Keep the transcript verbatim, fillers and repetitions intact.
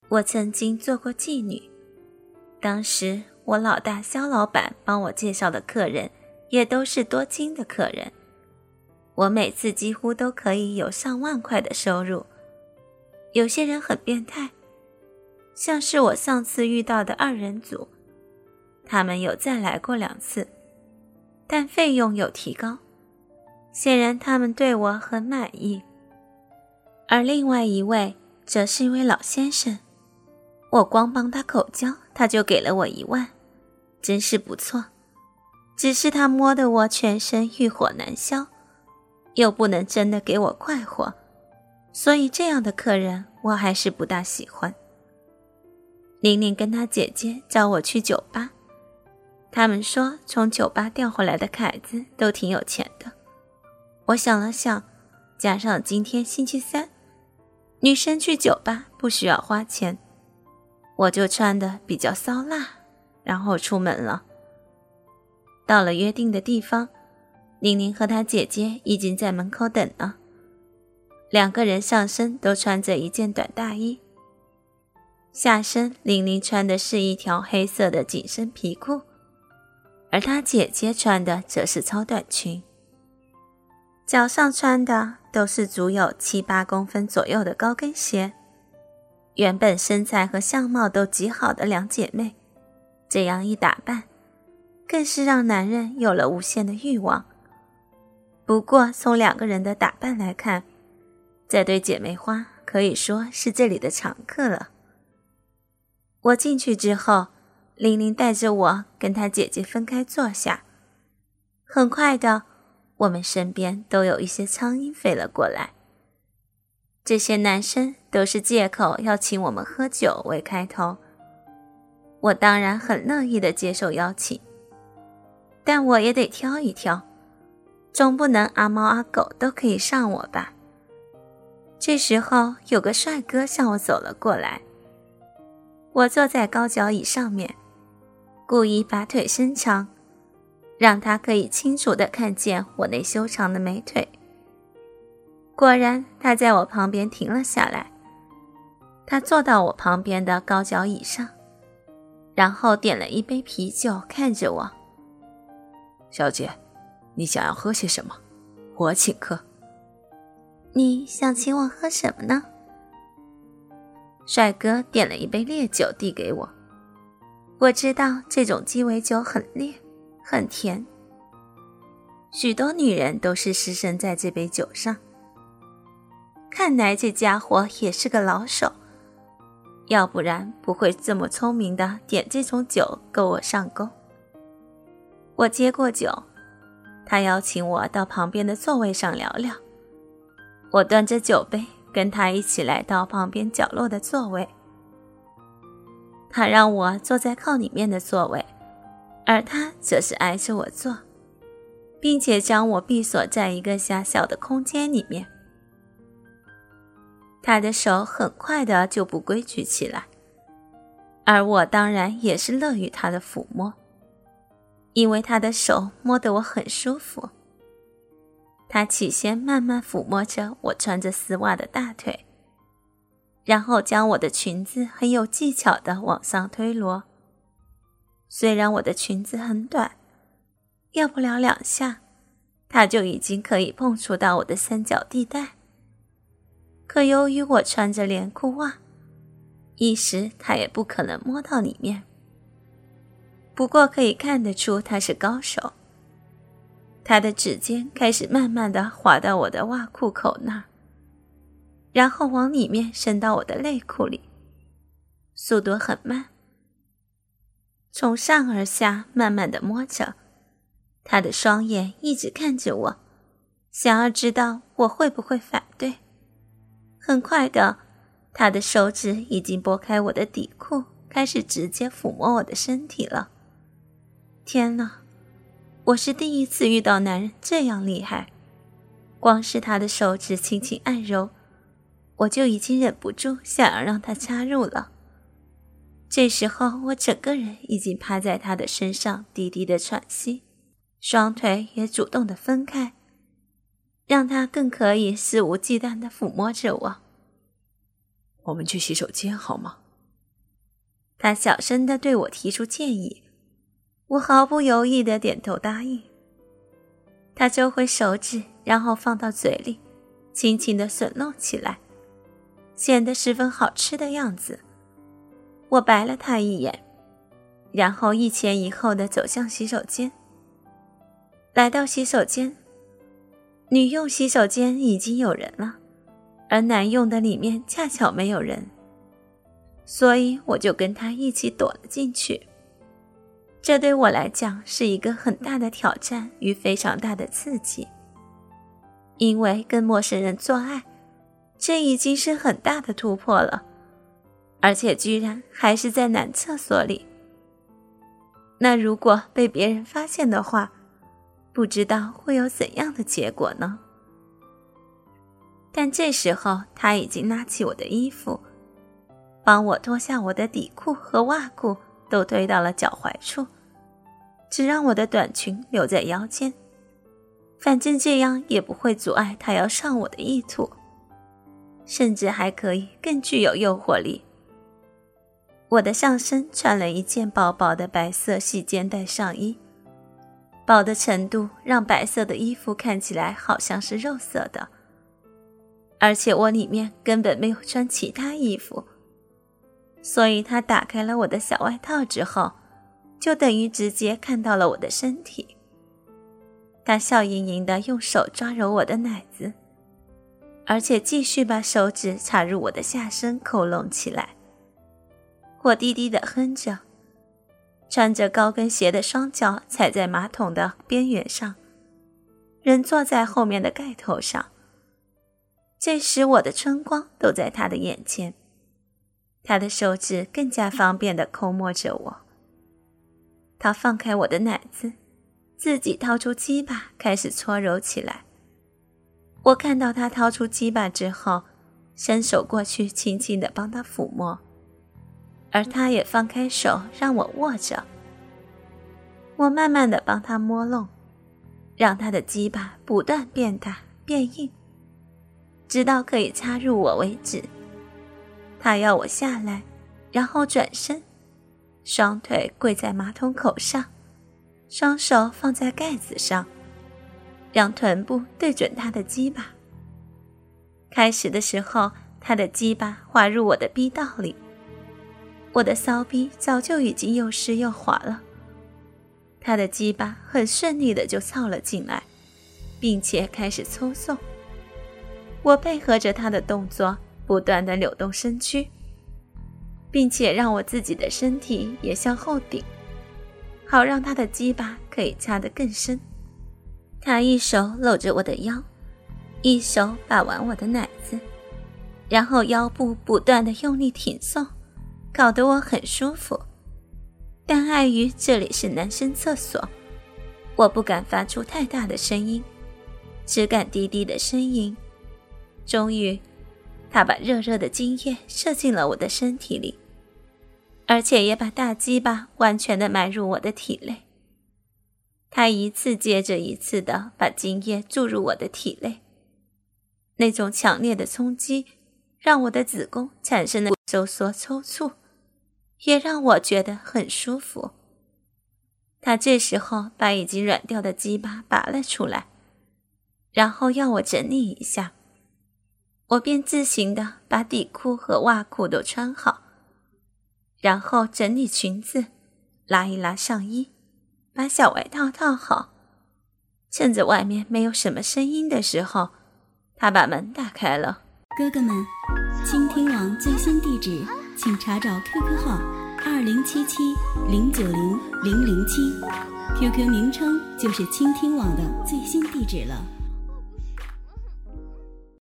我曾经做过妓女，当时我老大肖老板帮我介绍的客人也都是多金的客人，我每次几乎都可以有上万块的收入。有些人很变态，像是我上次遇到的二人组，他们有再来过两次，但费用有提高，显然他们对我很满意。而另外一位则是一位老先生，我光帮他口交，他就给了我一万，真是不错。只是他摸得我全身欲火难消，又不能真的给我快活，所以这样的客人我还是不大喜欢。玲玲跟她姐姐找我去酒吧，他们说从酒吧调回来的凯子都挺有钱的。我想了想，加上今天星期三，女生去酒吧不需要花钱，我就穿得比较骚辣，然后出门了。到了约定的地方，玲玲和她姐姐已经在门口等了，两个人上身都穿着一件短大衣，下身玲玲穿的是一条黑色的紧身皮裤，而她姐姐穿的则是超短裙，脚上穿的都是足有七八公分左右的高跟鞋。原本身材和相貌都极好的两姐妹，这样一打扮，更是让男人有了无限的欲望。不过从两个人的打扮来看，这对姐妹花可以说是这里的常客了。我进去之后，玲玲带着我跟她姐姐分开坐下，很快的，我们身边都有一些苍蝇飞了过来。这些男生都是借口要请我们喝酒为开头，我当然很乐意的接受邀请，但我也得挑一挑，总不能阿猫阿狗都可以上我吧。这时候有个帅哥向我走了过来，我坐在高脚椅上面，故意把腿伸长，让他可以清楚地看见我那修长的美腿。果然，他在我旁边停了下来，他坐到我旁边的高脚椅上，然后点了一杯啤酒看着我。 小姐，你想要喝些什么？我请客。 你想请我喝什么呢？帅哥点了一杯烈酒递给我，我知道这种鸡尾酒很烈，很甜。许多女人都是失身在这杯酒上。看来这家伙也是个老手，要不然不会这么聪明的点这种酒勾我上钩。我接过酒，他邀请我到旁边的座位上聊聊。我端着酒杯跟他一起来到旁边角落的座位。他让我坐在靠里面的座位，而他则是挨着我坐，并且将我闭锁在一个狭小的空间里面。他的手很快的就不规矩起来，而我当然也是乐于他的抚摸，因为他的手摸得我很舒服。他起先慢慢抚摸着我穿着丝袜的大腿，然后将我的裙子很有技巧地往上推罗。虽然我的裙子很短，要不了两下，他就已经可以碰触到我的三角地带。可由于我穿着连裤袜，一时他也不可能摸到里面。不过可以看得出他是高手，他的指尖开始慢慢地滑到我的袜裤口那儿，然后往里面伸到我的内裤里，速度很慢，从上而下慢慢地摸着。他的双眼一直看着我，想要知道我会不会反对。很快的，他的手指已经拨开我的底裤，开始直接抚摸我的身体了。天哪，我是第一次遇到男人这样厉害，光是他的手指轻轻按揉，我就已经忍不住想要让他插入了。这时候我整个人已经趴在他的身上低低的喘息，双腿也主动的分开，让他更可以肆无忌惮地抚摸着我。 我们去洗手间好吗？ 他小声地对我提出建议，我毫不犹豫地点头答应。他收回手指，然后放到嘴里，轻轻地吮弄起来，显得十分好吃的样子。我白了他一眼，然后一前一后地走向洗手间。来到洗手间，女用洗手间已经有人了，而男用的里面恰巧没有人，所以我就跟他一起躲了进去。这对我来讲是一个很大的挑战与非常大的刺激，因为跟陌生人做爱，这已经是很大的突破了，而且居然还是在男厕所里。那如果被别人发现的话，不知道会有怎样的结果呢？但这时候他已经拿起我的衣服，帮我脱下我的底裤和袜裤，都推到了脚踝处，只让我的短裙留在腰间，反正这样也不会阻碍他要上我的意图，甚至还可以更具有诱惑力。我的上身穿了一件薄薄的白色细肩带上衣，薄的程度让白色的衣服看起来好像是肉色的，而且我里面根本没有穿其他衣服，所以他打开了我的小外套之后，就等于直接看到了我的身体。他笑盈盈地用手抓揉我的奶子，而且继续把手指插入我的下身抠弄起来。我低低地哼着，穿着高跟鞋的双脚踩在马桶的边缘上，人坐在后面的盖头上。这时我的春光都在他的眼前，他的手指更加方便地抠摸着我。他放开我的奶子，自己掏出鸡巴开始搓揉起来。我看到他掏出鸡巴之后，伸手过去轻轻地帮他抚摸，而他也放开手让我握着。我慢慢地帮他摸弄，让他的鸡巴不断变大变硬，直到可以插入我为止。他要我下来，然后转身，双腿跪在马桶口上，双手放在盖子上，让臀部对准他的鸡巴。开始的时候，他的鸡巴滑入我的逼道里，我的骚逼早就已经又湿又滑了，他的鸡巴很顺利的就凑了进来，并且开始抽送。我配合着他的动作，不断地扭动身躯，并且让我自己的身体也向后顶，好让他的鸡巴可以插得更深。他一手搂着我的腰，一手把玩我的奶子，然后腰部不断地用力挺送，搞得我很舒服。但碍于这里是男生厕所，我不敢发出太大的声音，只敢低低的呻吟。终于，他把热热的精液射进了我的身体里，而且也把大鸡巴完全的埋入我的体内。他一次接着一次的把精液注入我的体内，那种强烈的冲击让我的子宫产生了收缩抽搐，也让我觉得很舒服。他这时候把已经软掉的鸡巴拔了出来，然后要我整理一下，我便自行的把底裤和袜裤都穿好，然后整理裙子，拉一拉上衣，把小外套套好。趁着外面没有什么声音的时候，他把门打开了。 哥哥们，倾听网最新地址请查找 Q Q 号二零七七零九零零零七 ，Q Q 名称就是倾听网的最新地址了。